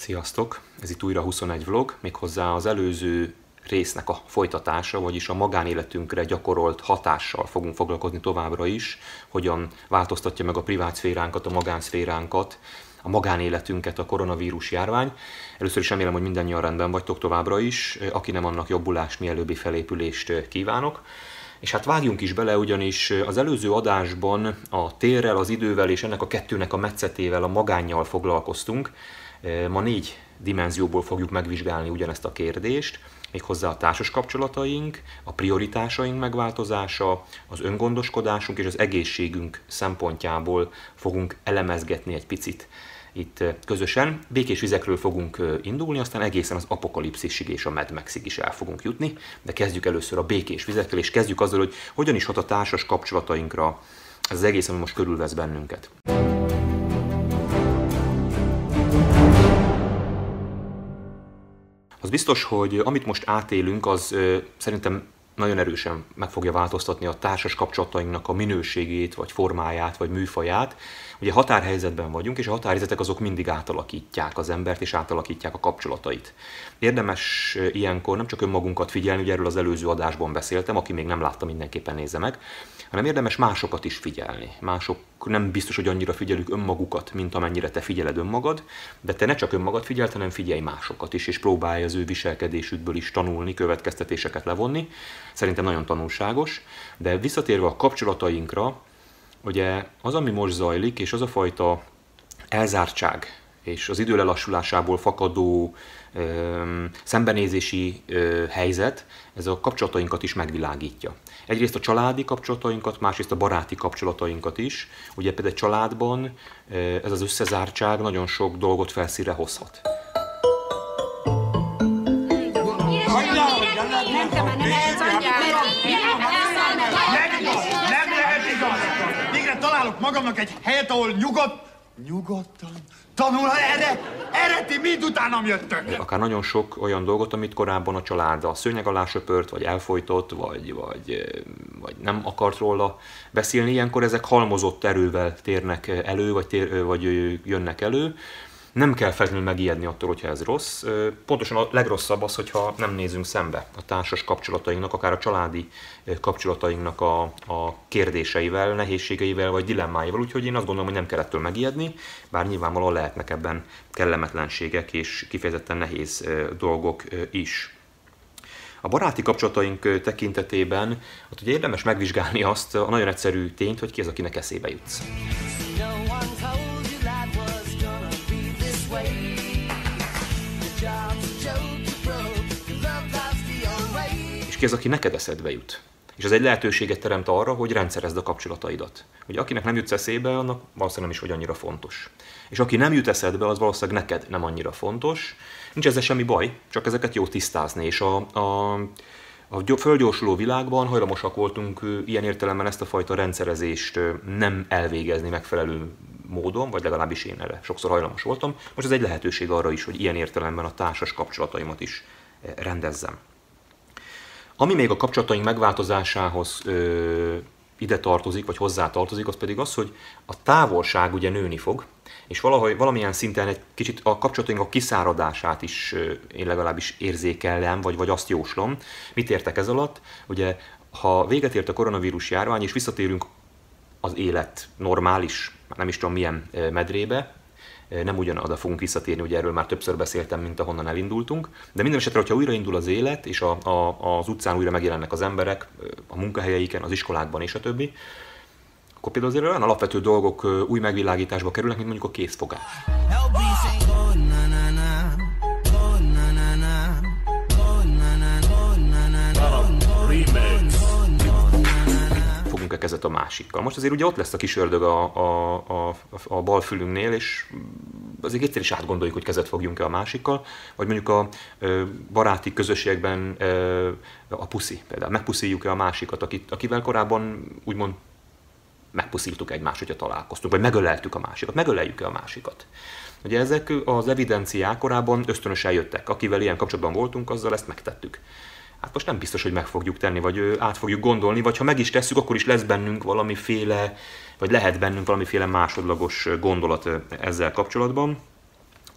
Sziasztok! Ez itt újra 21 vlog, méghozzá az előző résznek a folytatása, vagyis a magánéletünkre gyakorolt hatással fogunk foglalkozni továbbra is, hogyan változtatja meg a privát szféránkat, a magánszféránkat, a magánéletünket a koronavírus járvány. Először is remélem, hogy mindannyian rendben vagytok továbbra is, aki nem, annak jobbulást, mielőbbi felépülést kívánok. És hát vágjunk is bele, ugyanis az előző adásban a térrel, az idővel és ennek a kettőnek a metszetével, a magánnyal foglalkoztunk. Ma 4 dimenzióból fogjuk megvizsgálni ugyanezt a kérdést, méghozzá a társas kapcsolataink, a prioritásaink megváltozása, az öngondoskodásunk és az egészségünk szempontjából fogunk elemezgetni egy picit itt közösen. Békés vizekről fogunk indulni, aztán egészen az apokalipszisig és a Mad Maxig is el fogunk jutni, de kezdjük először a békés vizekkel, és kezdjük azzal, hogy hogyan is hat a társas kapcsolatainkra ez az egész, ami most körülvesz bennünket. Az biztos, hogy amit most átélünk, az szerintem nagyon erősen meg fogja változtatni a társas kapcsolatainknak a minőségét, vagy formáját, vagy műfaját. Ugye határhelyzetben vagyunk, és a határhelyzetek azok mindig átalakítják az embert, és átalakítják a kapcsolatait. Érdemes ilyenkor nem csak önmagunkat figyelni, ugye erről az előző adásban beszéltem, aki még nem látta, mindenképpen nézze meg, hanem érdemes másokat is figyelni. Mások nem biztos, hogy annyira figyelük önmagukat, mint amennyire te figyeled önmagad, de te ne csak önmagad figyeld, hanem figyelj másokat is, és próbálj az ő viselkedésükből is tanulni, következtetéseket levonni. Szerintem nagyon tanulságos, de visszatérve a kapcsolatainkra, ugye az, ami most zajlik, és az a fajta elzártság, és az idő lelassulásából fakadó szembenézési helyzet, ez a kapcsolatainkat is megvilágítja. Egyrészt a családi kapcsolatainkat, másrészt a baráti kapcsolatainkat is. Ugye például egy családban ez az összezártság nagyon sok dolgot felszínre hozhat. Nem lehet igaz! Végre találok magamnak egy helyet, ahol nyugodtan tanulhat erre ti mind utánam jöttök! Akár nagyon sok olyan dolgot, amit korábban a család a szőnyeg alá söpört, vagy elfojtott, vagy nem akart róla beszélni. Ilyenkor ezek halmozott erővel térnek elő, vagy jönnek elő. Nem kell feltétlenül megijedni attól, hogyha ez rossz. Pontosan a legrosszabb az, hogyha nem nézünk szembe a társas kapcsolatainknak, akár a családi kapcsolatainknak a kérdéseivel, nehézségeivel vagy dilemmáival. Úgyhogy én azt gondolom, hogy nem kell ettől megijedni, bár nyilvánvalóan lehetnek ebben kellemetlenségek és kifejezetten nehéz dolgok is. A baráti kapcsolataink tekintetében ott ugye érdemes megvizsgálni azt a nagyon egyszerű tényt, hogy ki az, akinek eszébe jutsz. Ki az, aki neked eszedbe jut. És ez egy lehetőséget teremt arra, hogy rendszerezd a kapcsolataidat. Ugye akinek nem jutsz eszébe, annak valószínűleg nem is vagy annyira fontos. És aki nem jut eszedbe, az valószínűleg neked nem annyira fontos. Nincs ezzel semmi baj, csak ezeket jó tisztázni. És a fölgyorsuló világban hajlamosak voltunk ilyen értelemben ezt a fajta rendszerezést nem elvégezni megfelelő módon, vagy legalábbis én erre sokszor hajlamos voltam. Most ez egy lehetőség arra is, hogy ilyen értelemben a társas kapcsolataimat is rendezzem. Ami még a kapcsolataink megváltozásához ide tartozik, vagy hozzá tartozik, az pedig az, hogy a távolság ugye nőni fog, és valamilyen szinten egy kicsit a kapcsolataink a kiszáradását is én legalábbis érzékelem, vagy azt jóslom. Mit értek ez alatt? Ugye, ha véget ért a koronavírus járvány, és visszatérünk az élet normális, nem is tudom milyen medrébe, nem ugyanoda fogunk visszatérni, ugye erről már többször beszéltem, mint ahonnan elindultunk, de minden esetre, hogyha újraindul az élet, és az utcán újra megjelennek az emberek, a munkahelyeiken, az iskolákban és a többi, akkor például azért olyan alapvető dolgok új megvilágításba kerülnek, mint mondjuk a készfogás. Fogunk-e kezet a másikkal. Most azért ugye ott lesz a kis ördög a bal fülünknél, és azért egyszer is átgondoljuk, hogy kezet fogjunk-e a másikkal, vagy mondjuk a baráti közösségben a puszi, például megpuszíjuk-e a másikat, akivel korábban úgymond megpuszíltuk egymást, hogyha találkoztunk, vagy megöleltük a másikat, megöleljük-e a másikat. Ugye ezek az evidenciák korábban ösztönösen jöttek, akivel ilyen kapcsolatban voltunk, azzal ezt megtettük. Hát most nem biztos, hogy meg fogjuk tenni, vagy át fogjuk gondolni, vagy ha meg is tesszük, akkor is lesz bennünk valamiféle, vagy lehet bennünk valamiféle másodlagos gondolat ezzel kapcsolatban.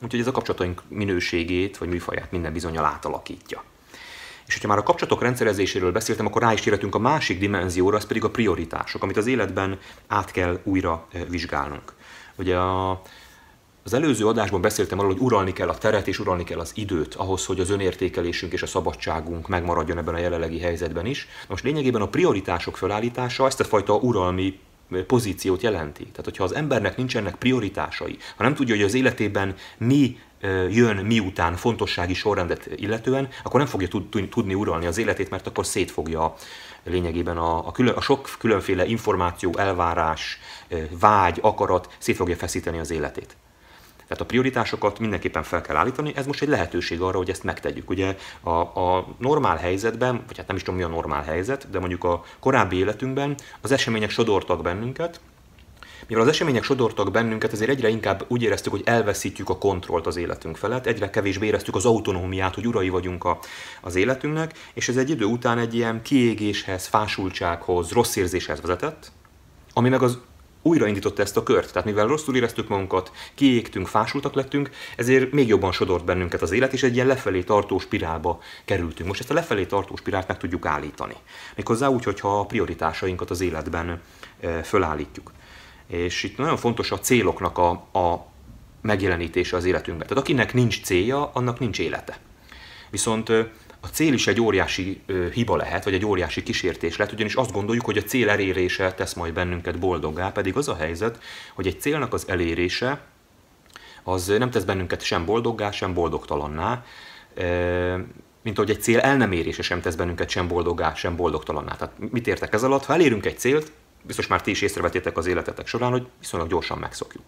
úgyhogy ez a kapcsolataink minőségét vagy műfaját minden bizonnyal átalakítja. És hogyha már a kapcsolatok rendszerezéséről beszéltem, akkor rá is térhetünk a másik dimenzióra, az pedig a prioritások, amit az életben át kell újra vizsgálnunk. Ugye az előző adásban beszéltem arról, hogy uralni kell a teret és uralni kell az időt ahhoz, hogy az önértékelésünk és a szabadságunk megmaradjon ebben a jelenlegi helyzetben is. Most lényegében a prioritások felállítása ezt a fajta uralmi pozíciót jelenti. Tehát, hogyha az embernek nincsenek prioritásai, ha nem tudja, hogy az életében mi jön miután fontossági sorrendet illetően, akkor nem fogja tudni uralni az életét, mert akkor szétfogja lényegében a sok különféle információ, elvárás, vágy, akarat szét fogja feszíteni az életét. Tehát a prioritásokat mindenképpen fel kell állítani, ez most egy lehetőség arra, hogy ezt megtegyük. Ugye a normál helyzetben, vagy hát nem is tudom mi a normál helyzet, de mondjuk a korábbi életünkben az események sodortak bennünket. Mivel az események sodortak bennünket, ezért egyre inkább úgy éreztük, hogy elveszítjük a kontrollt az életünk felett, egyre kevésbé éreztük az autonómiát, hogy urai vagyunk az életünknek, és ez egy idő után egy ilyen kiégéshez, fásultsághoz, rossz érzéshez vezetett, ami meg az újraindította ezt a kört. Tehát mivel rosszul éreztük magunkat, kiégtünk, fásultak lettünk, ezért még jobban sodort bennünket az élet, és egy ilyen lefelé tartó spirálba kerültünk. Most ezt a lefelé tartó spirált meg tudjuk állítani. Méghozzá úgy, hogyha a prioritásainkat az életben fölállítjuk. És itt nagyon fontos a céloknak a megjelenítése az életünkben. Tehát akinek nincs célja, annak nincs élete. Viszont a cél is egy óriási hiba lehet, vagy egy óriási kísértés lehet, ugyanis azt gondoljuk, hogy a cél elérése tesz majd bennünket boldoggá, pedig az a helyzet, hogy egy célnak az elérése az nem tesz bennünket sem boldoggá, sem boldogtalanná, mint ahogy egy cél el nem érése sem tesz bennünket sem boldoggá, sem boldogtalanná. Tehát mit értek ez alatt? Ha elérünk egy célt, biztos már ti is észrevettétek az életetek során, hogy viszonylag gyorsan megszokjuk.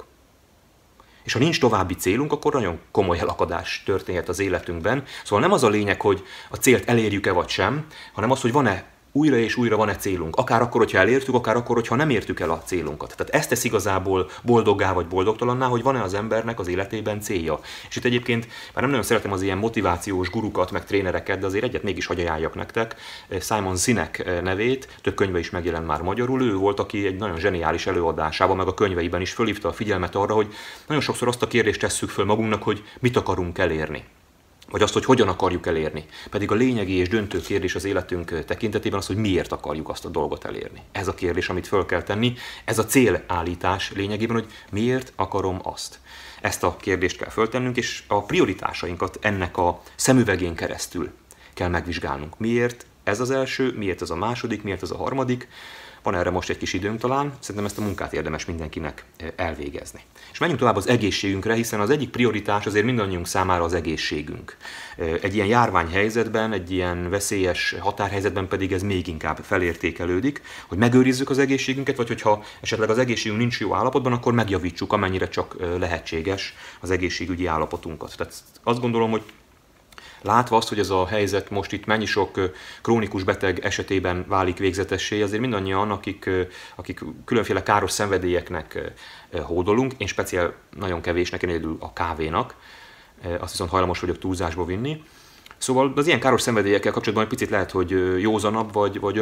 És ha nincs további célunk, akkor nagyon komoly elakadás történhet az életünkben. Szóval nem az a lényeg, hogy a célt elérjük-e vagy sem, hanem az, hogy van-e újra és újra van-e célunk. Akár akkor, hogyha elértük, akár akkor, hogyha nem értük el a célunkat. Tehát ezt tesz igazából boldoggá vagy boldogtalanná, hogy van-e az embernek az életében célja. És itt egyébként már nem nagyon szeretem az ilyen motivációs gurukat, meg trénereket, de azért egyet mégis hagy ajánljak nektek. Simon Sinek nevét, több könyve is megjelent már magyarul. Ő volt, aki egy nagyon zseniális előadásában, meg a könyveiben is fölhívta a figyelmet arra, hogy nagyon sokszor azt a kérdést tesszük föl magunknak, hogy mit akarunk elérni. Vagy azt, hogy hogyan akarjuk elérni. Pedig a lényegi és döntő kérdés az életünk tekintetében az, hogy miért akarjuk azt a dolgot elérni. Ez a kérdés, amit föl kell tenni, ez a célállítás lényegében, hogy miért akarom azt. Ezt a kérdést kell föltennünk, és a prioritásainkat ennek a szemüvegén keresztül kell megvizsgálnunk. Miért ez az első, miért ez a második, miért ez a harmadik. Van erre most egy kis időnk talán, szerintem ezt a munkát érdemes mindenkinek elvégezni. És menjünk tovább az egészségünkre, hiszen az egyik prioritás azért mindannyiunk számára az egészségünk. Egy ilyen járványhelyzetben, egy ilyen veszélyes határhelyzetben pedig ez még inkább felértékelődik, hogy megőrizzük az egészségünket, vagy hogyha esetleg az egészségünk nincs jó állapotban, akkor megjavítsuk, amennyire csak lehetséges az egészségügyi állapotunkat. Tehát azt gondolom, hogy látva azt, hogy ez a helyzet most itt mennyi sok krónikus beteg esetében válik végzetessé, azért mindannyian, akik különféle káros szenvedélyeknek hódolunk, én speciál nagyon kevésnek, én egyedül a kávénak, azt viszont hajlamos vagyok túlzásba vinni. Szóval az ilyen káros szenvedélyekkel kapcsolatban egy picit lehet, hogy józanabb vagy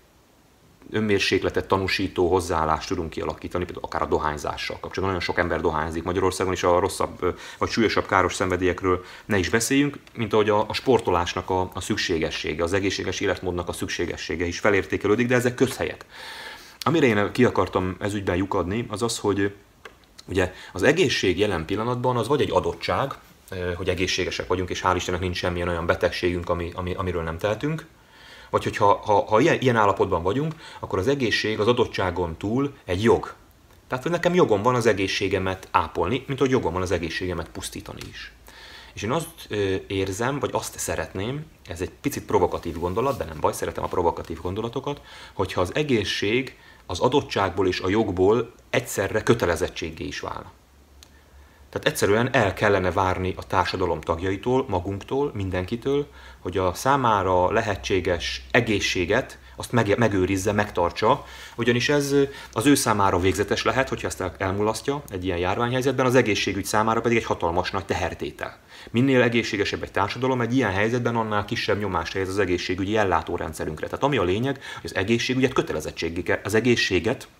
önmérsékletet tanúsító hozzáállást tudunk kialakítani, például akár a dohányzással kapcsolatban. Nagyon sok ember dohányzik Magyarországon, és a rosszabb vagy súlyosabb káros szenvedélyekről ne is beszéljünk, mint ahogy a sportolásnak a szükségessége, az egészséges életmódnak a szükségessége is felértékelődik, de ezek közhelyek. Amire én ki akartam ezügyben lyukadni, az az, hogy ugye az egészség jelen pillanatban az vagy egy adottság, hogy egészségesek vagyunk, és hál' Istennek nincs semmilyen olyan betegségünk, amiről nem tehetünk, vagy hogyha ilyen állapotban vagyunk, akkor az egészség az adottságon túl egy jog. Tehát, hogy nekem jogom van az egészségemet ápolni, mint hogy jogom van az egészségemet pusztítani is. És én azt érzem, vagy azt szeretném, ez egy picit provokatív gondolat, de nem baj, szeretem a provokatív gondolatokat, hogyha az egészség az adottságból és a jogból egyszerre kötelezettséggé is válna. Tehát egyszerűen el kellene várni a társadalom tagjaitól, magunktól, mindenkitől, hogy a számára lehetséges egészséget azt megőrizze, megtartsa, ugyanis ez az ő számára végzetes lehet, hogyha ezt elmulasztja egy ilyen járványhelyzetben, az egészségügy számára pedig egy hatalmas nagy tehertétel. Minél egészségesebb egy társadalom, egy ilyen helyzetben annál kisebb nyomást helyez az egészségügyi ellátórendszerünkre. Tehát ami a lényeg, hogy az egészségügyet kötelezettségig, az egészséget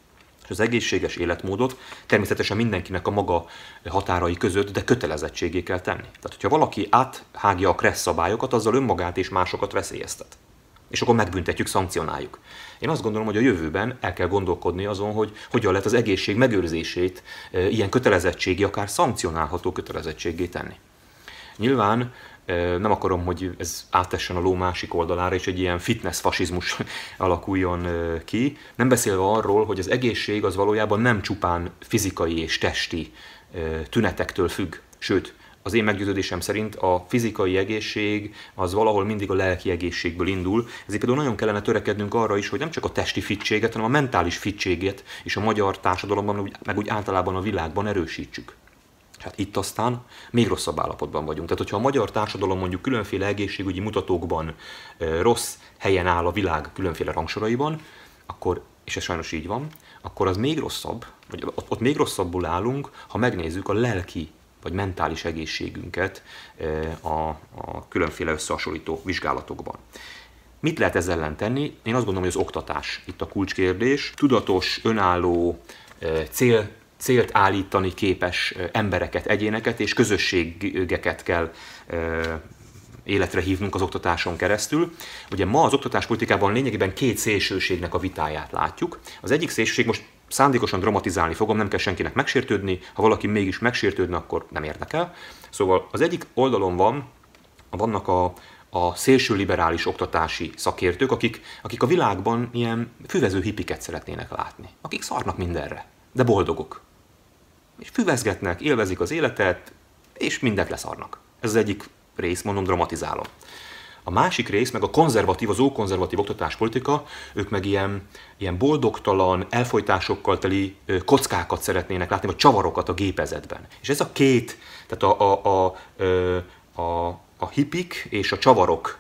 És az egészséges életmódot természetesen mindenkinek a maga határai között, de kötelezettségé kell tenni. Tehát, hogyha valaki áthágja a kressz szabályokat, azzal önmagát és másokat veszélyeztet. És akkor megbüntetjük, szankcionáljuk. Én azt gondolom, hogy a jövőben el kell gondolkodni azon, hogy hogyan lehet az egészség megőrzését ilyen kötelezettségi, akár szankcionálható kötelezettséggé tenni. Nyilván nem akarom, hogy ez áttessen a ló másik oldalára, és egy ilyen fitness-fasizmus alakuljon ki. Nem beszélve arról, hogy az egészség az valójában nem csupán fizikai és testi tünetektől függ. Sőt, az én meggyőződésem szerint a fizikai egészség az valahol mindig a lelki egészségből indul. Ezért például nagyon kellene törekednünk arra is, hogy nem csak a testi fittséget, hanem a mentális fittséget és a magyar társadalomban, meg úgy általában a világban erősítsük. Hát itt aztán még rosszabb állapotban vagyunk. Tehát, hogyha a magyar társadalom mondjuk különféle egészségügyi mutatókban rossz helyen áll a világ különféle rangsoraiban, akkor, és ez sajnos így van, akkor az még rosszabb, vagy ott még rosszabbul állunk, ha megnézzük a lelki vagy mentális egészségünket a különféle összehasonlító vizsgálatokban. Mit lehet ezzel ellen tenni? Én azt gondolom, hogy az oktatás itt a kulcskérdés. Tudatos, önálló, célt állítani képes embereket, egyéneket és közösségeket kell életre hívnunk az oktatáson keresztül. Ugye ma az oktatáspolitikában lényegében két szélsőségnek a vitáját látjuk. Az egyik szélsőség, most szándékosan dramatizálni fogom, nem kell senkinek megsértődni, ha valaki mégis megsértődne, akkor nem érdekel. Szóval az egyik oldalon vannak a szélső liberális oktatási szakértők, akik a világban ilyen füvező hippiket szeretnének látni, akik szarnak mindenre, de boldogok. És füvezgetnek, élvezik az életet, és mindent leszarnak. Ez az egyik rész, mondom, dramatizálom. A másik rész, meg a konzervatív, az ókonzervatív oktatáspolitika, ők meg ilyen boldogtalan, elfojtásokkal teli kockákat szeretnének látni, vagy csavarokat a gépezetben. És ez a két, tehát a hippik és a csavarok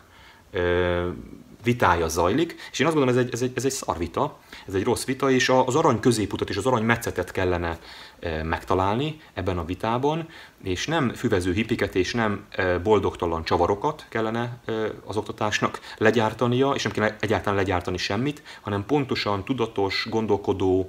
vitája zajlik, és én azt gondolom, ez egy szarvita, ez egy rossz vita, és az arany középutat és az arany metszetet kellene megtalálni ebben a vitában, és nem füvező hippiket és nem boldogtalan csavarokat kellene az oktatásnak legyártania, és nem kellene egyáltalán legyártani semmit, hanem pontosan tudatos, gondolkodó,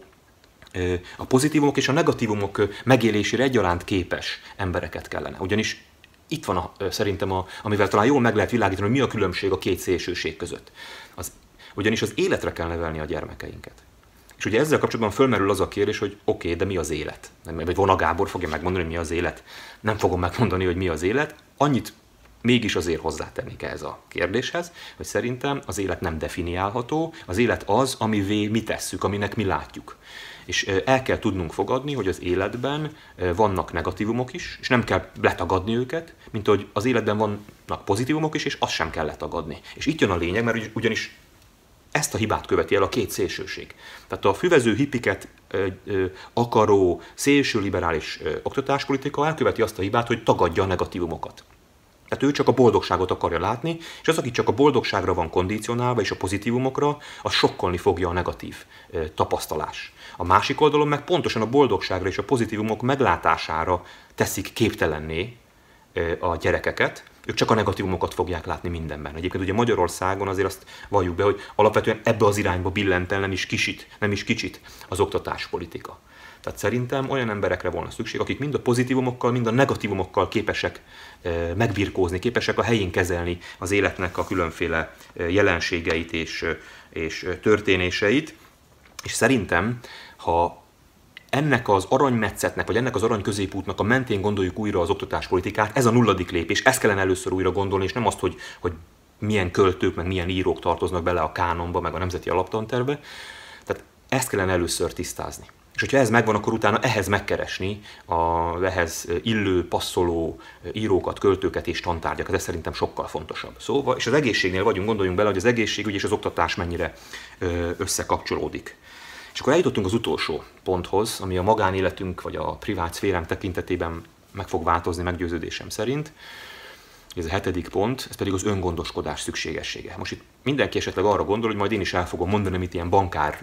a pozitívumok és a negatívumok megélésére egyaránt képes embereket kellene. Ugyanis itt van szerintem, amivel talán jól meg lehet világítani, hogy mi a különbség a két szélsőség között. Ugyanis az életre kell nevelni a gyermekeinket. És ugye ezzel kapcsolatban fölmerül az a kérdés, hogy oké, de mi az élet? Vagy Vona Gábor fogja megmondani, hogy mi az élet. Nem fogom megmondani, hogy mi az élet. Annyit mégis azért hozzátennék ehhez a kérdéshez, hogy szerintem az élet nem definiálható. Az élet az, amivé mi tesszük, aminek mi látjuk. És el kell tudnunk fogadni, hogy az életben vannak negatívumok is, és nem kell letagadni őket, mint hogy az életben vannak pozitívumok is, és azt sem kell letagadni. És itt jön a lényeg, mert ugyanis ezt a hibát követi el a két szélsőség. Tehát a füvező hippiket akaró szélső liberális oktatáspolitika elköveti azt a hibát, hogy tagadja a negatívumokat. Tehát ő csak a boldogságot akarja látni, és az, aki csak a boldogságra van kondicionálva, és a pozitívumokra, az sokkolni fogja a negatív tapasztalás. A másik oldalon meg pontosan a boldogságra és a pozitívumok meglátására teszik képtelenné a gyerekeket, ők csak a negatívumokat fogják látni mindenben. Egyébként ugye Magyarországon azért azt valljuk be, hogy alapvetően ebbe az irányba billent el nem is kicsit az oktatáspolitika. Tehát szerintem olyan emberekre volna szükség, akik mind a pozitívumokkal, mind a negatívumokkal képesek megbirkózni, képesek a helyén kezelni az életnek a különféle jelenségeit és történéseit. És szerintem, ha ennek az aranymetszetnek, vagy ennek az arany középútnak a mentén gondoljuk újra az oktatáspolitikát, ez a nulladik lépés, ezt kellene először újra gondolni, és nem azt, hogy milyen költők, meg milyen írók tartoznak bele a kánonba, meg a nemzeti alaptantervbe. Tehát ezt kellene először tisztázni. És hogyha ez megvan, akkor utána ehhez megkeresni ehhez illő, passzoló írókat, költőket és tantárgyakat. Ez szerintem sokkal fontosabb. Szóval, és az egészségnél vagyunk, gondoljunk bele, hogy az egészségügy és az oktatás mennyire összekapcsolódik. És akkor eljutottunk az utolsó ponthoz, ami a magánéletünk vagy a privát szférám tekintetében meg fog változni meggyőződésem szerint. Ez a 7. pont, ez pedig az öngondoskodás szükségessége. Most itt mindenki esetleg arra gondol, hogy majd én is el fogom mondani, amit ilyen bankár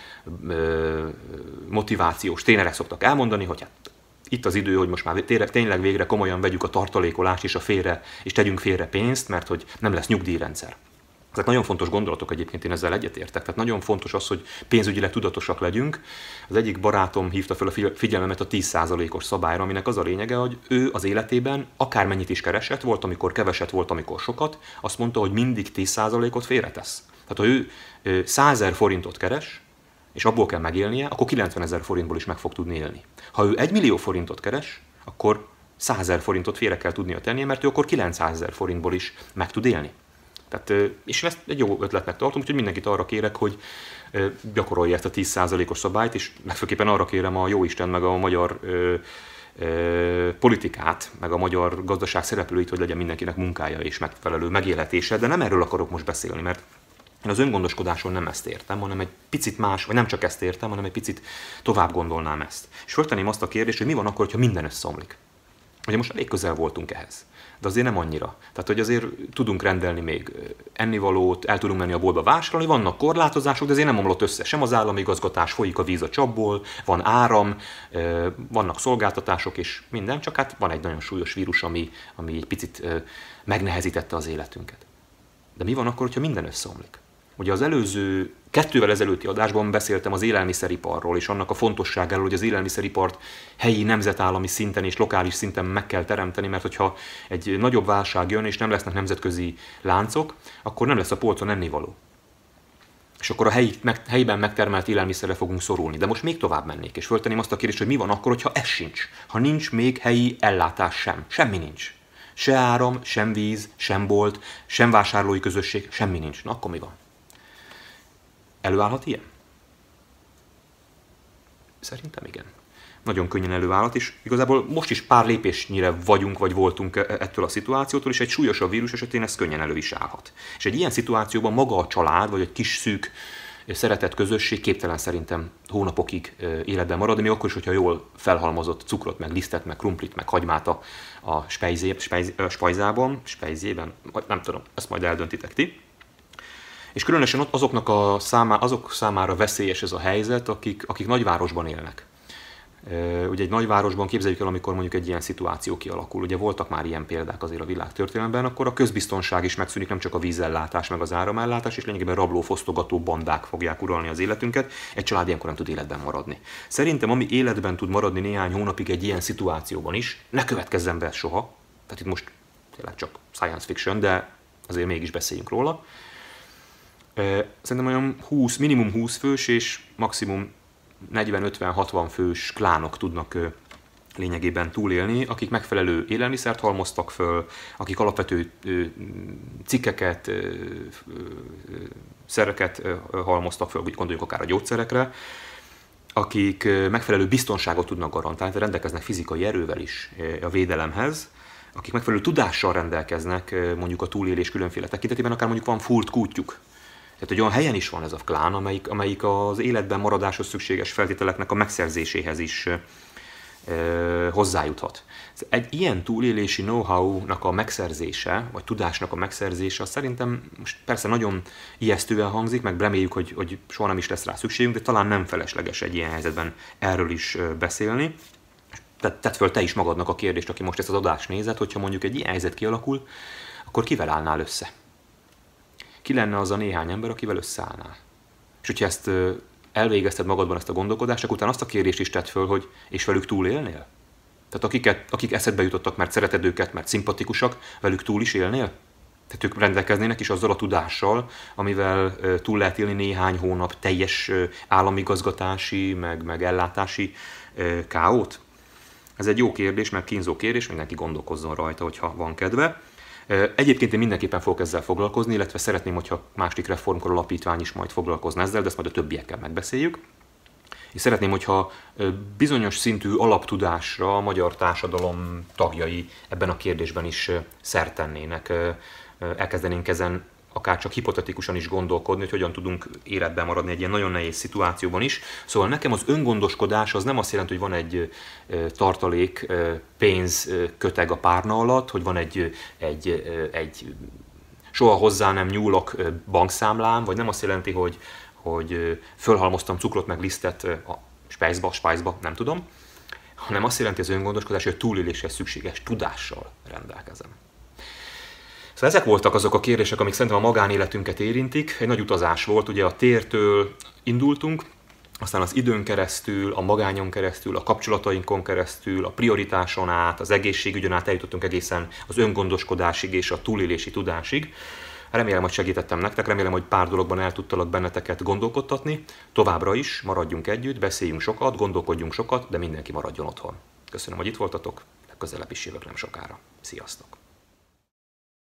motivációs trénerek szoktak elmondani, hogy hát itt az idő, hogy most már tényleg végre komolyan vegyük a tartalékolást és tegyünk félre pénzt, mert hogy nem lesz nyugdíjrendszer. Tehát nagyon fontos gondolatok egyébként, én ezzel egyetértek. Tehát nagyon fontos az, hogy pénzügyileg tudatosak legyünk. Az egyik barátom hívta fel a figyelmemet a 10%-os szabályra, aminek az a lényege, hogy ő az életében akármennyit is keresett, volt, amikor keveset, volt, amikor sokat, azt mondta, hogy mindig 10%-ot félretesz. Tehát ha ő 100 000 forintot keres, és abból kell megélnie, akkor 90 000 forintból is meg fog tudni élni. Ha ő 1 millió forintot keres, akkor 100 000 forintot félre kell tudnia tennie, mert ő akkor 900 000 forintból is meg tud élni. Tehát, és ezt egy jó ötletnek tartom, úgyhogy mindenkit arra kérek, hogy gyakorolja ezt a 10%-os szabályt, és legfőképpen arra kérem a jóisten meg a magyar politikát, meg a magyar gazdaság szereplőit, hogy legyen mindenkinek munkája és megfelelő megélhetése, de nem erről akarok most beszélni, mert én az öngondoskodáson nem ezt értem, hanem egy picit más, vagy nem csak ezt értem, hanem egy picit tovább gondolnám ezt. És föltenném azt a kérdést, hogy mi van akkor, ha minden összeomlik. Ugye most elég közel voltunk ehhez, de azért nem annyira. Tehát, hogy azért tudunk rendelni még ennivalót, el tudunk menni a boltba vásárolni, vannak korlátozások, de azért nem omlott össze sem az állami igazgatás, folyik a víz a csapból, van áram, vannak szolgáltatások és minden, csak hát van egy nagyon súlyos vírus, ami egy picit megnehezítette az életünket. De mi van akkor, ha minden összeomlik? Ugye az előző 2-vel ezelőtti adásban beszéltem az élelmiszeriparról és annak a fontosságáról, hogy az élelmiszeripart helyi, nemzetállami szinten és lokális szinten meg kell teremteni, mert hogyha egy nagyobb válság jön és nem lesznek nemzetközi láncok, akkor nem lesz a polcon ennivaló. És akkor a helyiben megtermelt élelmiszerre fogunk szorulni. De most még tovább mennék, és föltenném azt a kérdést, hogy mi van akkor, ha ez sincs? Ha nincs még helyi ellátás sem. Semmi nincs. Se áram, sem víz, sem bolt, sem vásárlói közösség, semmi nincs. Na akkor mi van? Előállhat ilyen? Szerintem igen. Nagyon könnyen előállhat, és igazából most is pár lépésnyire vagyunk, vagy voltunk ettől a szituációtól, és egy súlyosabb vírus esetén ez könnyen elő is állhat. És egy ilyen szituációban maga a család, vagy egy kis szűk szeretett közösség képtelen szerintem hónapokig életben maradni, még akkor is, hogyha jól felhalmozott cukrot, meg lisztet, meg krumplit, meg hagymát a spajzában, nem tudom, ezt majd eldöntitek ti. És különösen ott azok számára veszélyes ez a helyzet, akik nagyvárosban élnek. Ugye egy nagyvárosban képzeljük el, amikor mondjuk egy ilyen szituáció kialakul. Ugye voltak már ilyen példák azért a világtörténelemben, akkor a közbiztonság is megszűnik, nem csak a vízellátás, meg az áramellátás, és lényegében rabló-fosztogató bandák fogják uralni az életünket. Egy család ilyenkor nem tud életben maradni. Szerintem, ami életben tud maradni néhány hónapig egy ilyen szituációban is, ne következzen be soha. Tehát itt most tényleg csak science fiction, de azért mégis beszéljünk róla. Szerintem olyan minimum 20 fős és maximum 40-50-60 fős klánok tudnak lényegében túlélni, akik megfelelő élelmiszert halmoztak föl, akik alapvető cikkeket, szereket halmoztak föl, úgy gondoljuk akár a gyógyszerekre, akik megfelelő biztonságot tudnak garantálni, tehát rendelkeznek fizikai erővel is a védelemhez, akik megfelelő tudással rendelkeznek mondjuk a túlélés különféle tekintetében, akár mondjuk van furt kútjuk. Tehát egy olyan helyen is van ez a klán, amelyik az életben maradáshoz szükséges feltételeknek a megszerzéséhez is hozzájuthat. Egy ilyen túlélési know-how-nak a megszerzése, vagy tudásnak a megszerzése, az szerintem most persze nagyon ijesztően hangzik, meg reméljük, hogy soha nem is lesz rá szükségünk, de talán nem felesleges egy ilyen helyzetben erről is beszélni. Tedd föl te is magadnak a kérdést, aki most ezt az adást nézett, hogyha mondjuk egy ilyen helyzet kialakul, akkor kivel állnál össze? Ki lenne az a néhány ember, akivel összeállnál? És hogyha ezt elvégezted magadban ezt a gondolkodást, akkor utána azt a kérdést is tedd föl, hogy és velük túlélnél? Tehát akik eszedbe jutottak, mert szereted őket, mert szimpatikusak, velük túl is élnél? Tehát ők rendelkeznének is azzal a tudással, amivel túl lehet élni néhány hónap teljes államigazgatási, meg ellátási káót? Ez egy jó kérdés, meg kínzó kérdés, mindenki gondolkozzon rajta, hogyha van kedve. Egyébként én mindenképpen fogok ezzel foglalkozni, illetve szeretném, hogyha második reformkor alapítvány is majd foglalkozna ezzel, de ezt majd a többiekkel megbeszéljük. És szeretném, hogyha bizonyos szintű alaptudásra a magyar társadalom tagjai ebben a kérdésben is szert tennének. Elkezdenénk ezen akár csak hipotetikusan is gondolkodni, hogy hogyan tudunk életben maradni egy ilyen nagyon nehéz szituációban is. Szóval nekem az öngondoskodás az nem azt jelenti, hogy van egy tartalék pénzköteg a párna alatt, hogy van egy soha hozzá nem nyúlok bankszámlám, vagy nem azt jelenti, hogy fölhalmoztam cukrot meg lisztet a spájzba, nem tudom, hanem azt jelenti az öngondoskodás, hogy a túléléshez szükséges tudással rendelkezem. Szóval ezek voltak azok a kérdések, amik szerintem a magánéletünket érintik. Egy nagy utazás volt, ugye a tértől indultunk, aztán az időn keresztül, a magányon keresztül, a kapcsolatainkon keresztül, a prioritáson át, az egészségügyön át eljutottunk egészen az öngondoskodásig és a túlélési tudásig. Remélem, hogy segítettem nektek, remélem, hogy pár dologban el tudtalak benneteket gondolkodtatni. Továbbra is maradjunk együtt, beszéljünk sokat, gondolkodjunk sokat, de mindenki maradjon otthon. Köszönöm, hogy itt voltatok, legközelebb is jövök nem sokára. Sziasztok!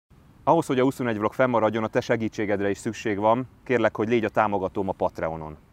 Ahhoz, hogy a 21 vlog fennmaradjon, a te segítségedre is szükség van. Kérlek, hogy légy a támogatóm a Patreonon.